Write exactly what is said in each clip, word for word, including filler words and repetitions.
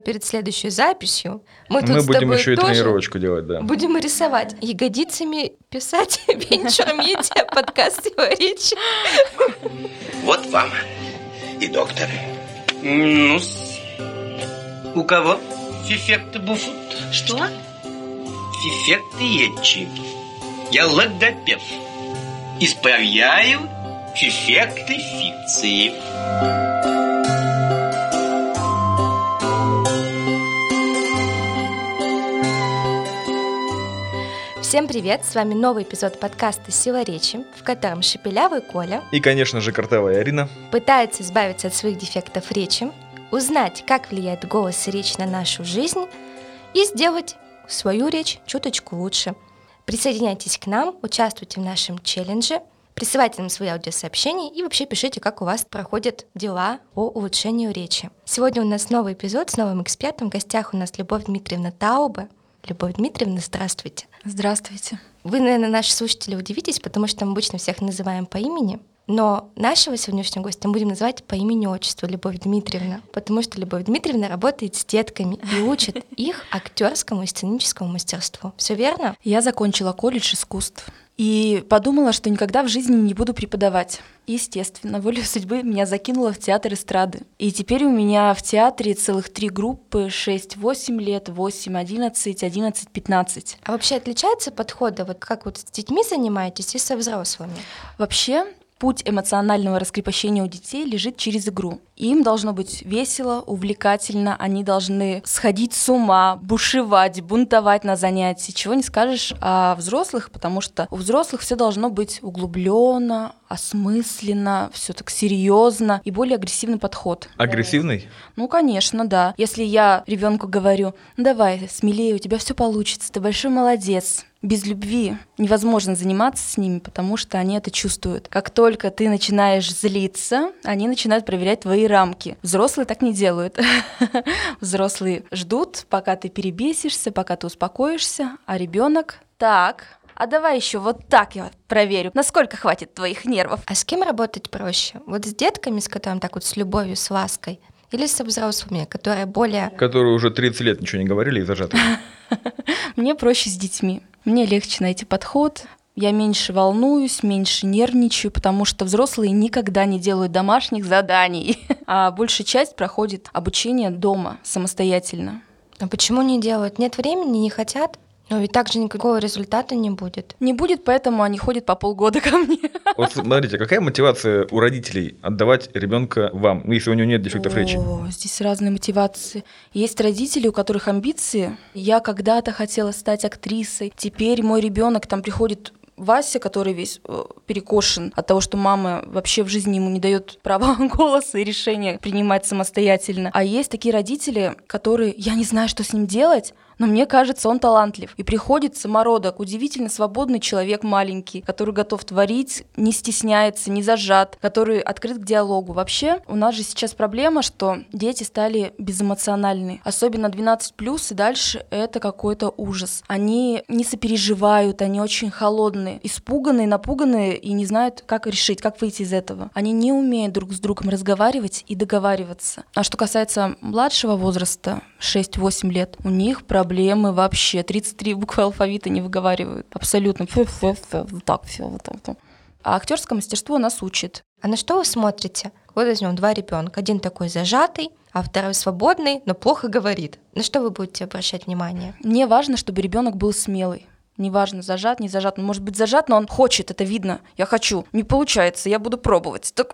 Перед следующей записью мы, мы тут будем еще и тоже тренировочку делать, да. Будем рисовать, ягодицами писать Венчур Медиа, подкаст его речи. Вот вам и доктор. ну У кого фифекты буфут? Что? Фифекты етчи. Я логопед. Исправляю фифекты фикции. Всем привет, с вами новый эпизод подкаста «Сила речи», в котором шепелявый Коля и, конечно же, картавая Арина пытается избавиться от своих дефектов речи, узнать, как влияет голос и речь на нашу жизнь и сделать свою речь чуточку лучше. Присоединяйтесь к нам, участвуйте в нашем челлендже, присылайте нам свои аудиосообщения и вообще пишите, как у вас проходят дела по улучшению речи. Сегодня у нас новый эпизод с новым экспертом. В гостях у нас Любовь Дмитриевна Тауба. Любовь Дмитриевна, здравствуйте. Здравствуйте. Вы, наверное, наши слушатели удивитесь, потому что мы обычно всех называем по имени, но нашего сегодняшнего гостя мы будем называть по имени-отчеству Любовь Дмитриевна, потому что Любовь Дмитриевна работает с детками и учит их актерскому и сценическому мастерству. Все верно? Я закончила колледж искусств и подумала, что никогда в жизни не буду преподавать. Естественно, волей судьбы меня закинуло в театр эстрады. И теперь у меня в театре целых три группы: шесть-восемь лет, восемь-одиннадцать, одиннадцать-пятнадцать. А вообще отличаются подходы, вот как вот с детьми занимаетесь и со взрослыми? Вообще, путь эмоционального раскрепощения у детей лежит через игру. Им должно быть весело, увлекательно, они должны сходить с ума, бушевать, бунтовать на занятии. Чего не скажешь о взрослых, потому что у взрослых все должно быть углубленно, осмысленно, все так серьезно и более агрессивный подход. Агрессивный? Ну, конечно, да. Если я ребенку говорю: давай, смелее, у тебя все получится, ты большой молодец. Без любви невозможно заниматься с ними, потому что они это чувствуют. Как только ты начинаешь злиться, они начинают проверять твои рамки. Взрослые так не делают. Взрослые ждут, пока ты перебесишься, пока ты успокоишься, а ребенок: так, а давай еще вот так я проверю, насколько хватит твоих нервов. А с кем работать проще? Вот с детками, с которыми так вот с любовью, с лаской? Или со взрослыми, которые более... Которые уже тридцать лет ничего не говорили и зажаты? Мне проще с детьми. Мне легче найти подход. Я меньше волнуюсь, меньше нервничаю, потому что взрослые никогда не делают домашних заданий, а большая часть проходит обучение дома самостоятельно. А почему не делают? Нет времени, не хотят? Но ведь так же никакого результата не будет. Не будет, поэтому они ходят по полгода ко мне. Вот смотрите, какая мотивация у родителей отдавать ребенка вам, ну, если у него нет дефектов речи? О, здесь разные мотивации. Есть родители, у которых амбиции. Я когда-то хотела стать актрисой, теперь мой ребенок, там приходит Вася, который весь э, перекошен от того, что мама вообще в жизни ему не дает права голоса и решения принимать самостоятельно. А есть такие родители, которые: я не знаю, что с ним делать, но мне кажется, он талантлив. И приходит самородок, удивительно свободный человек маленький, который готов творить, не стесняется, не зажат, который открыт к диалогу. Вообще, у нас же сейчас проблема, что дети стали безэмоциональны. Особенно двенадцать плюс и дальше это какой-то ужас. Они не сопереживают, они очень холодные, испуганные, напуганные и не знают, как решить, как выйти из этого. Они не умеют друг с другом разговаривать и договариваться. А что касается младшего возраста, шесть-восемь лет, у них проблемы Проблемы вообще. тридцать три буквы алфавита не выговаривают. Абсолютно. Так, все. Вот так. А актерское мастерство нас учит. А на что вы смотрите? Вот возьмем два ребенка. Один такой зажатый, а второй свободный, но плохо говорит. На что вы будете обращать внимание? Мне важно, чтобы ребенок был смелый. Неважно, зажат, не зажат. Он может быть зажат, но он хочет, это видно. Я хочу. Не получается, я буду пробовать. Так...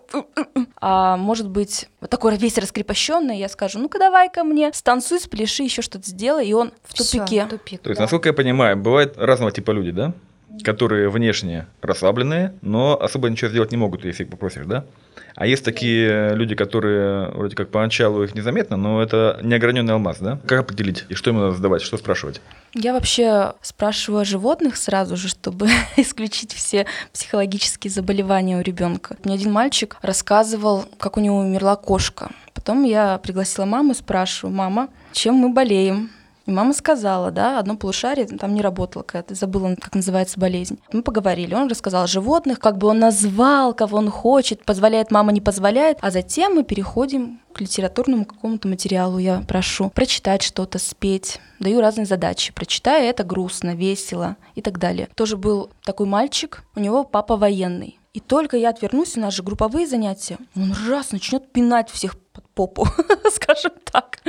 А может быть, вот такой весь раскрепощенный, я скажу: ну-ка давай ко мне, станцуй, спляши, еще что-то сделай, и он в тупике. Всё, тупик, То есть, да. насколько я понимаю, бывают разного типа люди, да? Которые внешне расслабленные, но особо ничего сделать не могут, если их попросишь, да? А есть такие люди, которые вроде как поначалу их незаметно, но это неограненный алмаз, да? Как определить? И что ему надо задавать, что спрашивать? Я вообще спрашиваю о животных сразу же, чтобы исключить все психологические заболевания у ребенка. Мне один мальчик рассказывал, как у него умерла кошка. Потом я пригласила маму, спрашиваю: мама, чем мы болеем? И мама сказала, да, одно полушарие там не работало, когда-то забыла, как называется болезнь. Мы поговорили, он рассказал о животных, как бы он назвал, кого он хочет, позволяет мама, не позволяет, а затем мы переходим к литературному какому-то материалу. Я прошу прочитать что-то, спеть, даю разные задачи. Прочитаю, это грустно, весело и так далее. Тоже был такой мальчик, у него папа военный. И только я отвернусь, у нас же групповые занятия, он раз начнет пинать всех под попу, скажем так.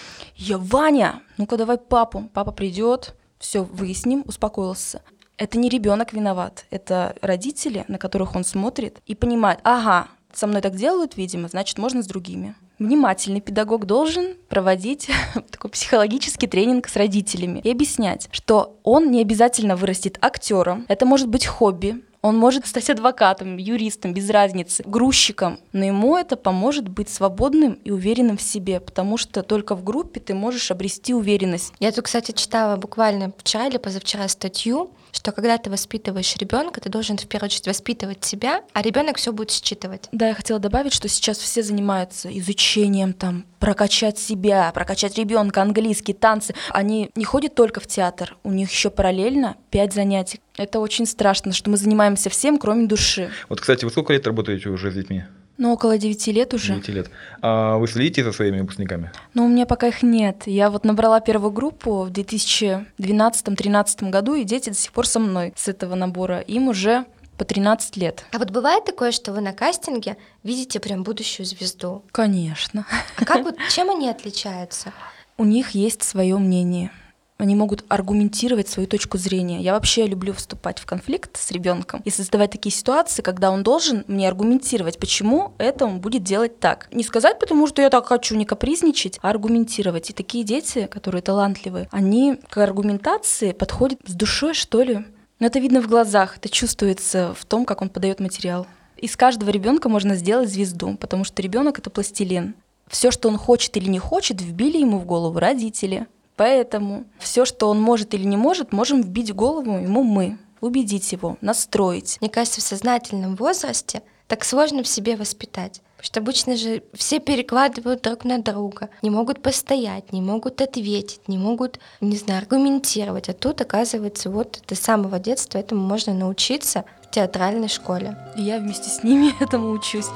Я: Ваня, ну-ка давай папу. Папа придет, все выясним, успокоился. Это не ребенок виноват, это родители, на которых он смотрит и понимает: ага, со мной так делают, видимо, значит, можно с другими. Внимательный педагог должен проводить такой психологический тренинг с родителями и объяснять, что он не обязательно вырастет актером, это может быть хобби. Он может стать адвокатом, юристом, без разницы, грузчиком, но ему это поможет быть свободным и уверенным в себе, потому что только в группе ты можешь обрести уверенность. Я тут, кстати, читала буквально вчера или позавчера статью, что когда ты воспитываешь ребенка, ты должен в первую очередь воспитывать себя, а ребенок все будет считывать. Да, я хотела добавить, что сейчас все занимаются изучением, там, прокачать себя, прокачать ребенка, английский, танцы. Они не ходят только в театр, у них еще параллельно пять занятий. Это очень страшно, что мы занимаемся всем, кроме души. Вот, кстати, вы сколько лет работаете уже с детьми? Ну, около девяти лет уже. девять лет. А вы следите за своими выпускниками? Но у меня пока их нет. Я вот набрала первую группу в две тысячи двенадцатом-тринадцатом году, и дети до сих пор со мной с этого набора. Им уже по тринадцать лет. А вот бывает такое, что вы на кастинге видите прям будущую звезду? Конечно. А как вот, чем они отличаются? У них есть свое мнение. Они могут аргументировать свою точку зрения. Я вообще люблю вступать в конфликт с ребенком и создавать такие ситуации, когда он должен мне аргументировать, почему это он будет делать так. Не сказать, потому что я так хочу, не капризничать, а аргументировать. И такие дети, которые талантливые, они к аргументации подходят с душой, что ли. Но это видно в глазах, это чувствуется в том, как он подает материал. Из каждого ребенка можно сделать звезду, потому что ребенок — это пластилин. Все, что он хочет или не хочет, вбили ему в голову родители. Поэтому все, что он может или не может, можем вбить в голову ему мы, убедить его, настроить. Мне кажется, в сознательном возрасте так сложно в себе воспитать. Потому что обычно же все перекладывают друг на друга, не могут постоять, не могут ответить, не могут, не знаю, аргументировать. А тут, оказывается, вот до самого детства этому можно научиться в театральной школе. И я вместе с ними этому учусь.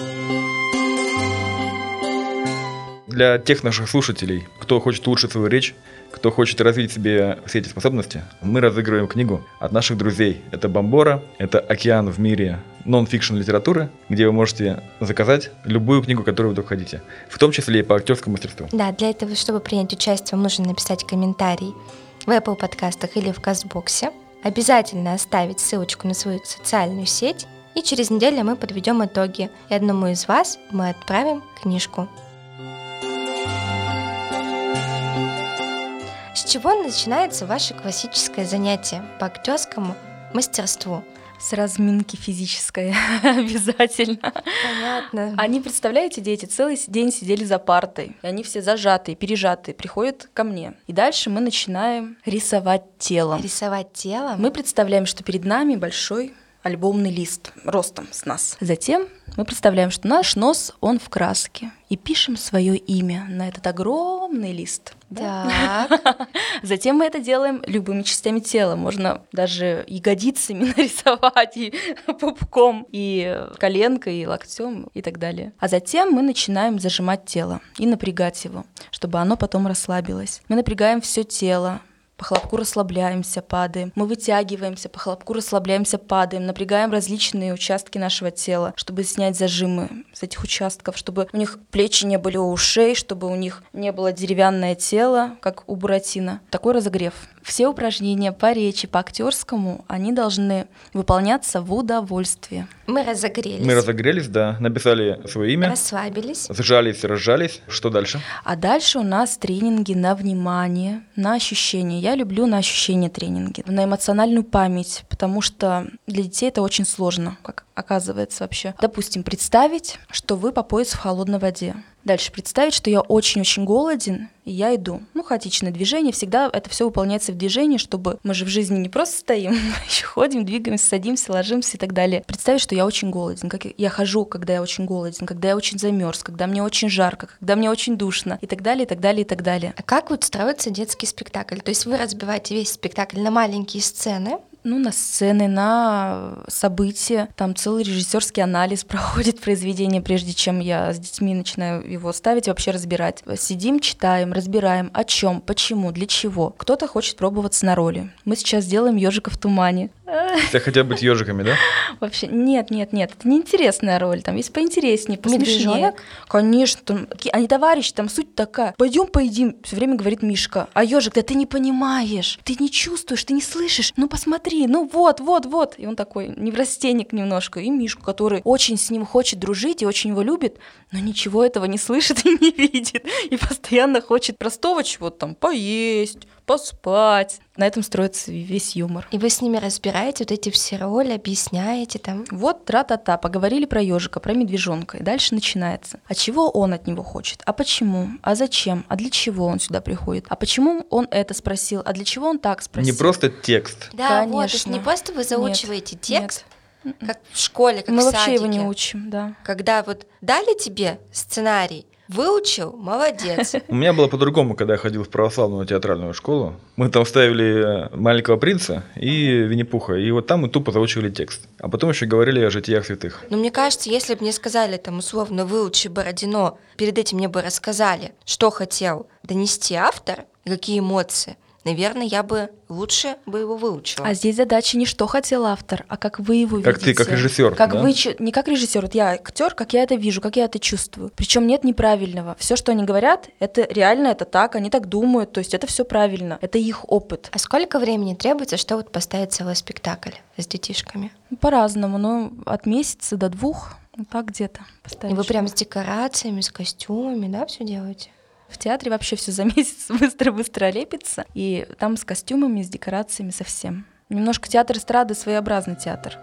Для тех наших слушателей, кто хочет улучшить свою речь, кто хочет развить в себе все эти способности, мы разыгрываем книгу от наших друзей. Это Бомбора, это океан в мире нон-фикшн литературы, где вы можете заказать любую книгу, которую вы только хотите, в том числе и по актерскому мастерству. Да, для этого, чтобы принять участие, вам нужно написать комментарий в Apple подкастах или в Кастбоксе, обязательно оставить ссылочку на свою социальную сеть, и через неделю мы подведем итоги, и одному из вас мы отправим книжку. С чего начинается ваше классическое занятие по актерскому мастерству? С разминки физической обязательно. Понятно. Они, представляете, дети целый день сидели за партой, и они все зажатые, пережатые, приходят ко мне. И дальше мы начинаем рисовать телом. Рисовать тело? Мы представляем, что перед нами большой альбомный лист ростом с нас. Затем мы представляем, что наш нос, он в краске, и пишем свое имя на этот огромный лист. Так. Затем мы это делаем любыми частями тела. Можно даже ягодицами нарисовать, и пупком, и коленкой, и локтем, и так далее. А затем мы начинаем зажимать тело и напрягать его, чтобы оно потом расслабилось. Мы напрягаем все тело. По хлопку расслабляемся, падаем. Мы вытягиваемся, по хлопку расслабляемся, падаем. Напрягаем различные участки нашего тела, чтобы снять зажимы с этих участков, чтобы у них плечи не были у ушей, чтобы у них не было деревянное тело, как у Буратино. Такой разогрев. Все упражнения по речи, по актерскому, они должны выполняться в удовольствие. Мы разогрелись. Мы разогрелись, да, написали свое имя, Расслабились. сжались, разжались. Что дальше? А дальше у нас тренинги на внимание, на ощущения. Я люблю на ощущения тренинги, на эмоциональную память, потому что для детей это очень сложно, как оказывается вообще. Допустим, представить, что вы по пояс в холодной воде. Дальше представить, что я очень-очень голоден, и я иду. Ну, хаотичное движение, всегда это все выполняется в движении, чтобы мы же в жизни не просто стоим, еще ходим, двигаемся, садимся, ложимся и так далее. Представить, что я очень голоден, как я хожу, когда я очень голоден, когда я очень замерз, когда мне очень жарко, когда мне очень душно, и так далее, и так далее, и так далее. А как вот строится детский спектакль? То есть вы разбиваете весь спектакль на маленькие сцены, Ну, на сцены, на события. Там целый режиссерский анализ проходит произведение, прежде чем я с детьми начинаю его ставить и вообще разбирать. Сидим, читаем, разбираем, о чем, почему, для чего. Кто-то хочет пробоваться на роли. Мы сейчас делаем «Ежика в тумане». Все хотят быть ежиками, да? Вообще, нет, нет, нет, это неинтересная роль, там есть поинтереснее, посмешнее. Медвежонок? Конечно, там, они товарищи, там суть такая. Пойдем поедим, все время говорит Мишка. А ежик, да ты не понимаешь, ты не чувствуешь, ты не слышишь. Ну посмотри, ну вот, вот, вот. И он такой неврастенник немножко. И Мишку, который очень с ним хочет дружить и очень его любит, но ничего этого не слышит и не видит. И постоянно хочет простого чего-то там поесть, поспать. На этом строится весь юмор. И вы с ними разбираете вот эти все роли, объясняете там. Вот тра-та-та, поговорили про ежика, про медвежонка, и дальше начинается. А чего он от него хочет? А почему? А зачем? А для чего он сюда приходит? А почему он это спросил? А для чего он так спросил? Не просто текст. Да, вот, то есть Конечно. не просто вы заучиваете Нет, текст, нет. как в школе, как Мы в вообще его садике. не учим, да. Когда вот дали тебе сценарий, выучил, молодец. У меня было по-другому, когда я ходил в православную театральную школу. Мы там ставили «Маленького принца» и «Винни-Пуха», и вот там мы тупо заучивали текст. А потом еще говорили о житиях святых. Но мне кажется, если бы мне сказали, там, условно, выучи Бородино, перед этим мне бы рассказали, что хотел донести автор, и какие эмоции, наверное, я бы лучше бы его выучила. А здесь задача не что хотел автор, а как вы его Как видите. ты, как режиссер, Как да? вы, чу- не как режиссер, вот я актер, как я это вижу, как я это чувствую. Причем нет неправильного. Все, что они говорят, это реально, это так, они так думают, то есть это все правильно, это их опыт. А сколько времени требуется, чтобы вот поставить целый спектакль с детишками? По-разному, но от месяца до двух, ну, так где-то. И поставишь. вы прям с декорациями, с костюмами, да, все делаете? В театре вообще все за месяц быстро-быстро лепится, и там с костюмами, с декорациями совсем. Немножко театр эстрады, своеобразный театр.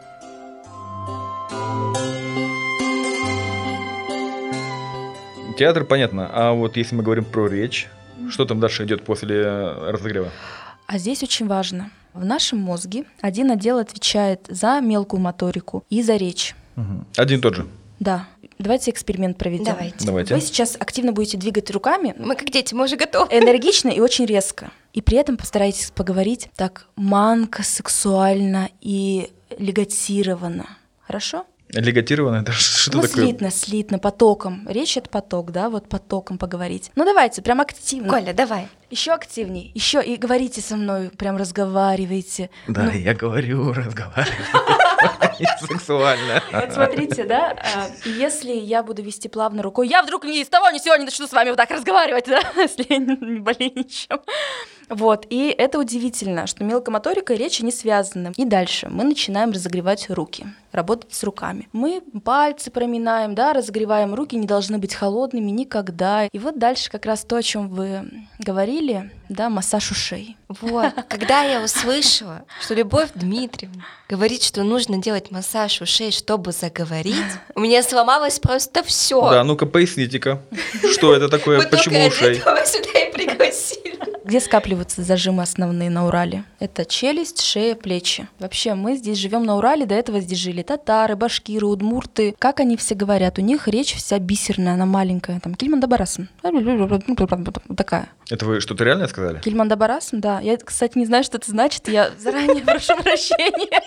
Театр, понятно. А вот если мы говорим про речь, что там дальше идет после разогрева? А здесь очень важно. В нашем мозге один отдел отвечает за мелкую моторику и за речь. Угу. Один и тот же. Да. Давайте эксперимент проведем. Давайте. Давайте. Вы сейчас активно будете двигать руками, Мы как дети, мы уже готовы. энергично и очень резко. И при этом постарайтесь поговорить так манко, сексуально и легатированно. Хорошо? Легатированное, это что Ну, такое? слитно, слитно, потоком. Речь — это поток, да, вот потоком поговорить. Ну, давайте, прям активно. Коля, давай. Еще активней, еще и говорите со мной, прям разговаривайте. Да, Ну, я говорю, разговариваю. Сексуально. вот смотрите, да, а, если я буду вести плавно рукой, я вдруг ни с того ни с сего не начну с вами вот так разговаривать, да, если я не не болею ничем. Вот, и это удивительно, что мелкая моторика и речь не связаны. И дальше мы начинаем разогревать руки, работать с руками. Мы пальцы проминаем, да, разогреваем руки, не должны быть холодными никогда. И вот дальше как раз то, о чем вы говорили, да, массаж ушей. Вот, когда я услышала, что Любовь Дмитриевна говорит, что нужно делать массаж ушей, чтобы заговорить, у меня сломалось просто все. Да, ну-ка поясните-ка, что это такое, почему ушей? вас сюда и пригласили. Где скапливаются зажимы основные на Урале? Это челюсть, шея, плечи. Вообще, мы здесь живем на Урале, до этого здесь жили татары, башкиры, удмурты. Как они все говорят? У них речь вся бисерная, она маленькая. Там Кильман-Дабарасан. Такая. Это вы что-то реальное сказали? Кильман-Дабарасан, да. Я, кстати, не знаю, что это значит. Я заранее прошу прощения.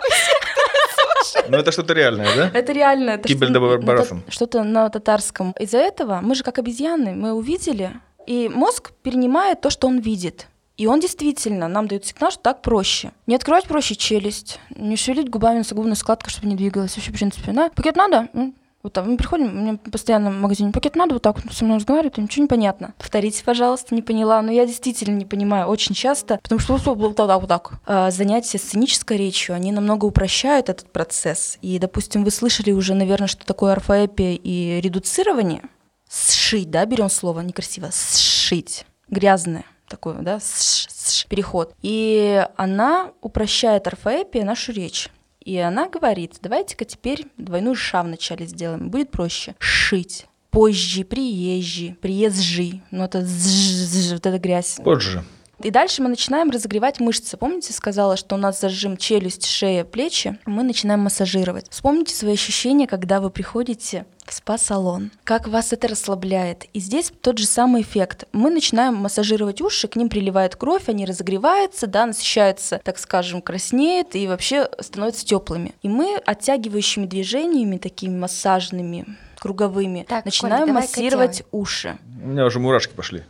Ну это что-то реальное, да? Это реально. это что- Кибель-Дабарасан. это Что-то на татарском. Из-за этого мы же как обезьяны, мы увидели, и мозг перенимает то, что он видит. И он действительно нам дает сигнал, что так проще. Не открывать проще челюсть, не шевелить губами носогубной складкой, чтобы не двигалась. Вообще, в принципе, да. Пакет надо? М, Вот так. Мы приходим, мне постоянно в магазине пакет надо, вот так вот со мной разговаривают, и ничего не понятно. Повторите, пожалуйста, не поняла. Но я действительно не понимаю очень часто, потому что вот так, вот так. А занятия сценической речью, они намного упрощают этот процесс. И, допустим, вы слышали уже, наверное, что такое орфоэпия и редуцирование. Сшить, да, берем слово некрасиво. Сшить. Грязное такое, да, сш, сш, переход. И она упрощает орфоэпия нашу речь. И она говорит, давайте-ка теперь двойную ша вначале сделаем, будет проще. Шить. Позже, приезжий, приезжий. Ну, это зж, вот эта грязь. Позже. И дальше мы начинаем разогревать мышцы. Помните, сказала, что у нас зажим челюсть, шея, плечи? Мы начинаем массажировать. Вспомните свои ощущения, когда вы приходите в спа-салон. Как вас это расслабляет. И здесь тот же самый эффект. Мы начинаем массажировать уши, к ним приливает кровь, они разогреваются, да, насыщаются, так скажем, краснеют и вообще становятся теплыми. И мы оттягивающими движениями, такими массажными, круговыми, Так, начинаем Коля, массировать уши. У меня уже мурашки пошли.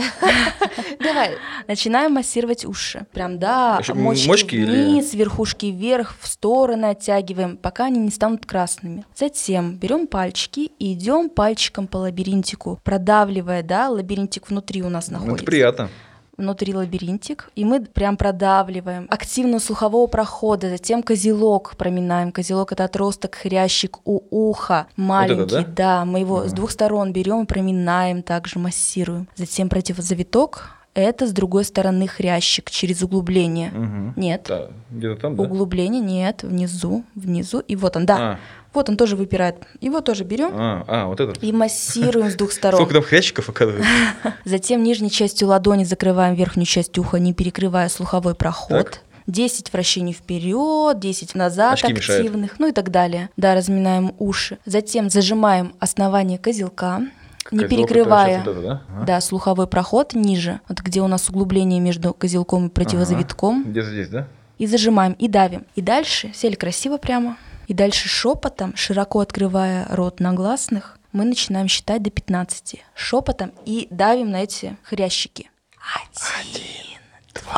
Давай. Начинаем массировать уши. Прям, да, Вообще, мочки, мочки вниз, верхушки вверх, в стороны оттягиваем, пока они не станут красными. Затем берем пальчики и идем пальчиком по лабиринтику, продавливая, да, лабиринтик внутри у нас находится. Это приятно. Внутри лабиринтик, и мы прям продавливаем активно слухового прохода, затем козелок проминаем. Козелок — это отросток, хрящик у уха, маленький, Вот это, да? да, мы его Ага. с двух сторон берем и проминаем, также массируем. Затем противозавиток — это с другой стороны хрящик через углубление. Мгм. Нет, Да, где-то там, да? углубление нет, внизу, внизу, и вот он, да, А, вот он тоже выпирает. Его тоже берем а, а, вот этот. и массируем с двух сторон. Сколько там хрящиков оказывается? Затем нижней частью ладони закрываем верхнюю часть уха, не перекрывая слуховой проход. Так. десять вращений вперед, десять назад Очки мешают. активных, ну и так далее. Да, разминаем уши. Затем зажимаем основание козелка, не Козелок — это перекрывая щас вот это, да? Ага. да, слуховой проход ниже, вот где у нас углубление между козелком и противозавитком. Ага. Где-то здесь, да? И зажимаем, и давим. И дальше, сели красиво прямо, и дальше шепотом, широко открывая рот на гласных, мы начинаем считать до пятнадцати. Шепотом и давим на эти хрящики. Один, два,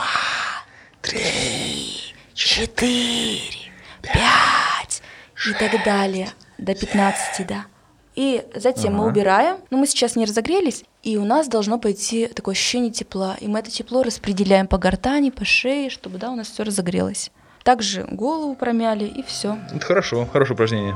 три, четыре, пять и так далее. До пятнадцати, да. И затем мы Ага. убираем, но мы сейчас не разогрелись, и у нас должно пойти такое ощущение тепла. И мы это тепло распределяем по гортани, по шее, чтобы, да, у нас все разогрелось. Также голову промяли, и все. Это хорошо, хорошее упражнение.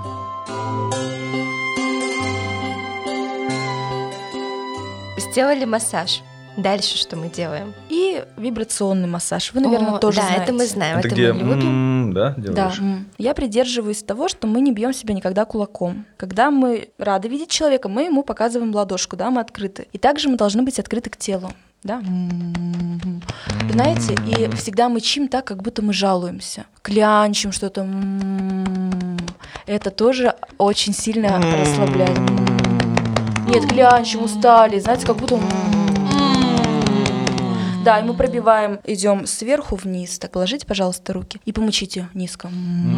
Сделали массаж. Дальше что мы делаем? И вибрационный массаж. Вы, наверное, О, тоже да, знаете. это мы знаем, Это это где, мы любим. м, да, Да, делаешь? м. я придерживаюсь того, что мы не бьем себя никогда кулаком. Когда мы рады видеть человека, мы ему показываем ладошку, да, мы открыты. И также мы должны быть открыты к телу. Да? М-м-м. Знаете, и всегда мычим так, как будто мы жалуемся. Клянчим что-то. М-м-м. Это тоже очень сильно расслабляет. М-м-м. Нет, клянчим, устали. Знаете, как будто... м-м-м. Да, и мы пробиваем, идем сверху вниз. Так, положите, пожалуйста, руки и помычите низко.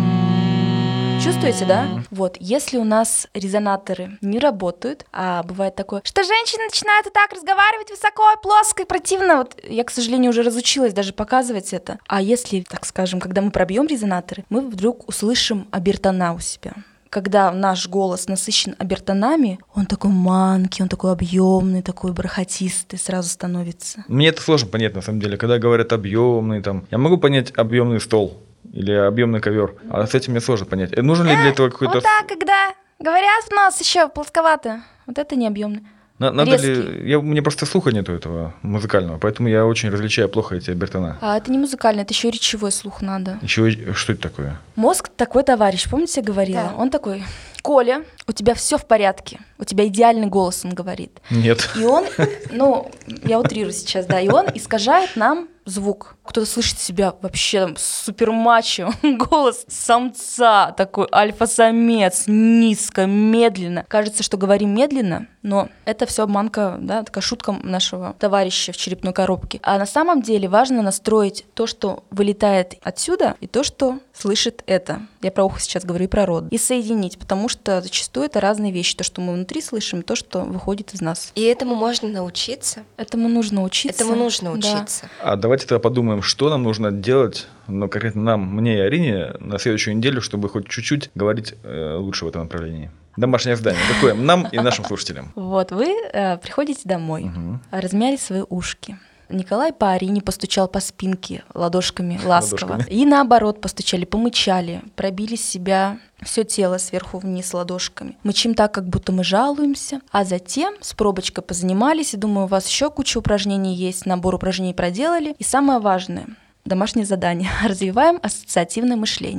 Чувствуете, да? Вот, если у нас резонаторы не работают, а бывает такое, что женщины начинают вот так разговаривать высоко, плоско и противно. Вот я, к сожалению, уже разучилась даже показывать это. А если, так скажем, когда мы пробьем резонаторы, мы вдруг услышим обертона у себя. Когда наш голос насыщен обертонами, он такой манкий, он такой объемный, такой бархатистый сразу становится. Мне это сложно понять, на самом деле. Когда говорят объемный, там, я могу понять объемный стол или объемный ковер, а с этим мне сложно понять. Э, Нужен ли для этого какой-то... Вот так, когда говорят в нос еще плосковато, вот это не объемный. На- Надо резкий. ли... Я, у меня просто слуха нету этого музыкального, поэтому я очень различаю плохо эти обертона. А это не музыкальный, это еще и речевой слух надо. Еще и- что это такое? Мозг такой товарищ, помните, я говорила? Да. Он такой: Коля, у тебя все в порядке, у тебя идеальный голос, он говорит. Нет. И он, ну, я утрирую сейчас, да, и он искажает нам звук. Кто-то слышит себя вообще там супермачо, голос самца, такой альфа-самец, низко, медленно. Кажется, что говорим медленно, но это все обманка, да, такая шутка нашего товарища в черепной коробке. А на самом деле важно настроить то, что вылетает отсюда, и то, что слышит это. Я про ухо сейчас говорю и про рот. И соединить, потому что зачастую это разные вещи. То, что мы внутри слышим, и то, что выходит из нас. И этому можно научиться. Этому нужно учиться. Этому нужно Да. учиться. А давайте тогда подумаем, что нам нужно делать, ну, конкретно нам, мне и Арине, на следующую неделю, чтобы хоть чуть-чуть говорить э, лучше в этом направлении. Домашнее задание. Какое? Нам и нашим слушателям. Вот, вы э, приходите домой, Мгм. размяли свои ушки. Николай по Арине постучал по спинке ладошками ласково. Ладошками. И наоборот постучали, помычали, пробили с себя все тело сверху вниз ладошками. Мычим так, как будто мы жалуемся. А затем с пробочкой позанимались. И думаю, у вас еще куча упражнений есть. Набор упражнений проделали. И самое важное — домашнее задание. Развиваем ассоциативное мышление.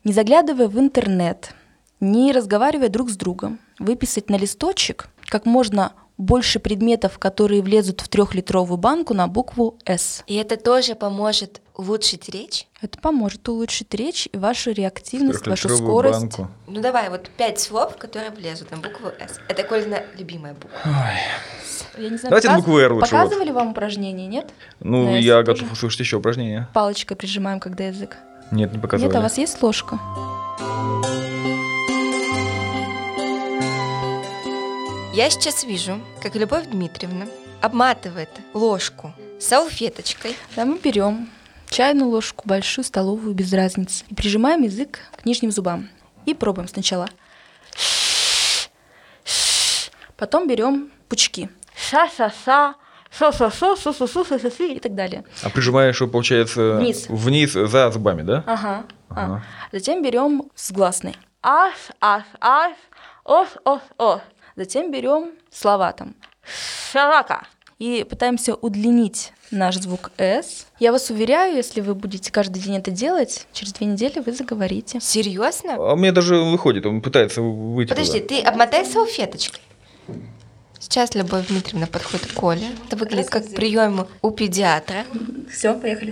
Не заглядывая в интернет, не разговаривая друг с другом, выписать на листочек как можно больше предметов, которые влезут в трехлитровую банку на букву «С». И это тоже поможет улучшить речь? Это поможет улучшить речь и вашу реактивность, вашу Трёхлитровую скорость. банку. Ну давай, вот пять слов, которые влезут на букву «С». Это Колина любимая буква. Ой. Я не знаю, Давайте показ- букву «Р» лучше, Показывали вам упражнение, нет? Ну, На «С» я тоже? готов услышать еще упражнения. Палочкой прижимаем, когда язык. Нет, не показывали. Нет, а у вас есть ложка? Я сейчас вижу, как Любовь Дмитриевна обматывает ложку салфеточкой. Да, мы берем чайную ложку, большую, столовую, без разницы. И прижимаем язык к нижним зубам. И пробуем сначала. Потом берем пучки. Ша-ша-ша, шо-шо-шо, шо-шо-шо, и так далее. А прижимаешь его, получается, Вниз. вниз за зубами, да? Ага. Ага. А. Затем берем с гласной. Аш, аш, аш, ос, ос, ос. Затем берем слова там. Шарака. И пытаемся удлинить наш звук «С». Я вас уверяю, если вы будете каждый день это делать, через две недели вы заговорите. Серьезно? А у меня даже выходит, он пытается выйти Подожди, туда. ты обмотай салфеточкой. Сейчас Любовь Дмитриевна подходит к Коле. Это выглядит как прием у педиатра. Все, поехали.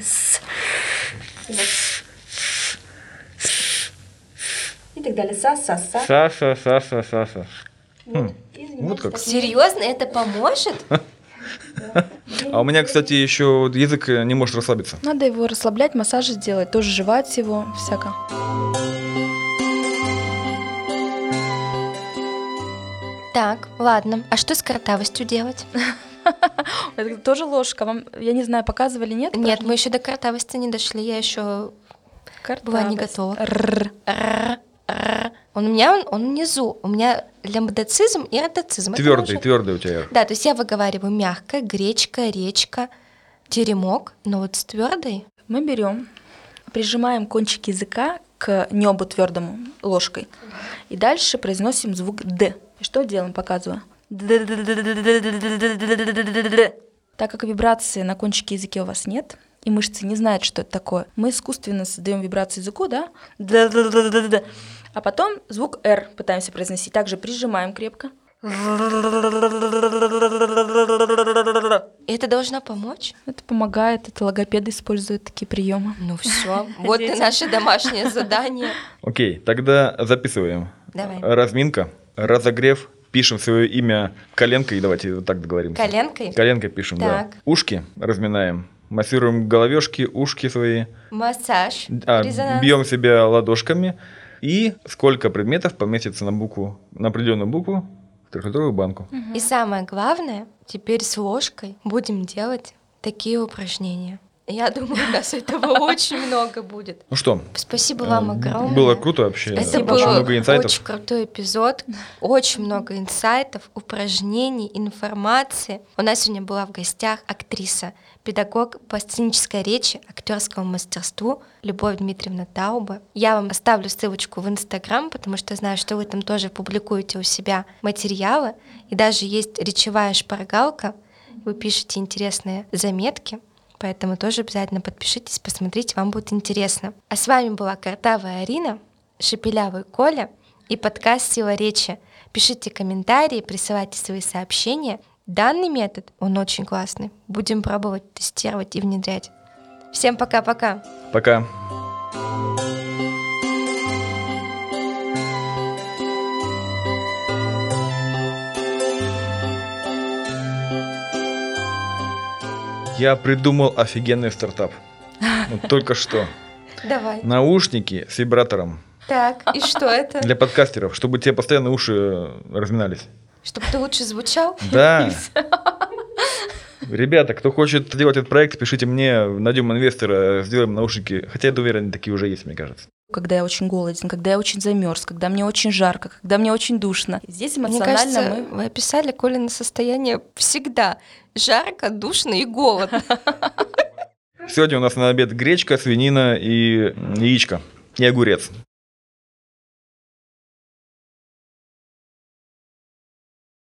И так далее. Са-са-са. Саша, Саша, Саша. Вот как. Серьезно, это поможет? А у меня, кстати, еще вот язык не может расслабиться. Надо его расслаблять, массажи делать, тоже жевать его, всяко. Так, ладно. А что с картавостью делать? Это тоже ложка. Вам, я не знаю, показывали, нет? Нет, мы еще до картавости не дошли. Я еще была не готова. Р. Р, р. Он у меня он, он внизу. У меня лямбдацизм и ротацизм. Это Твердый, уже- твердый у тебя. Да, то есть я выговариваю мягко, гречка, речка, теремок, но вот с твердой. Мы берем, прижимаем кончик языка к небу твердому ложкой. И дальше произносим звук «д». И что делаем? Показываю. Так как вибрации на кончике языка у вас нет, и мышцы не знают, что это такое, мы искусственно создаем вибрации языку, да? А потом звук «р» пытаемся произносить. Также прижимаем крепко. Это должно помочь? Это помогает, это логопеды используют такие приемы. Ну все, вот и наше домашнее задание. Окей, тогда записываем. Давай. Разминка, разогрев, пишем свое имя коленкой, давайте вот так договоримся. Коленкой? Коленкой пишем, да. Так. Ушки разминаем, массируем головешки, ушки свои, Массаж, а, резонанс. бьем себя ладошками. И сколько предметов поместится на букву, на определенную букву в трехлитровую банку. И самое главное, теперь с ложкой будем делать такие упражнения. Я думаю, у нас этого очень много будет. Ну что, Спасибо вам э, огромное. было круто вообще. Это Очень был много инсайтов. очень крутой эпизод, очень много инсайтов, упражнений, информации. У нас сегодня была в гостях актриса, педагог по сценической речи, актерскому мастерству Любовь Дмитриевна Тауба. Я вам оставлю ссылочку в Инстаграм, потому что знаю, что вы там тоже публикуете у себя материалы, и даже есть речевая шпаргалка, вы пишете интересные заметки. Поэтому тоже обязательно подпишитесь, посмотрите, вам будет интересно. А с вами была Картавая Арина, Шепелявый Коля и подкаст «Сила речи». Пишите комментарии, присылайте свои сообщения. Данный метод, он очень классный. Будем пробовать, тестировать и внедрять. Всем пока-пока. Пока. Я придумал офигенный стартап. Вот только что. Давай. Наушники с вибратором Так, и что это? для подкастеров, чтобы тебе постоянно уши разминались. Чтобы ты лучше звучал? Да. Ребята, кто хочет делать этот проект, пишите мне, найдем инвестора, сделаем наушники. Хотя, я уверен, такие уже есть, мне кажется. Когда я очень голоден, когда я очень замерз, когда мне очень жарко, когда мне очень душно. Здесь Мне эмоционально кажется, мы... вы описали Колина состояние всегда. Жарко, душно и голодно. Сегодня у нас на обед гречка, свинина и яичко. И огурец.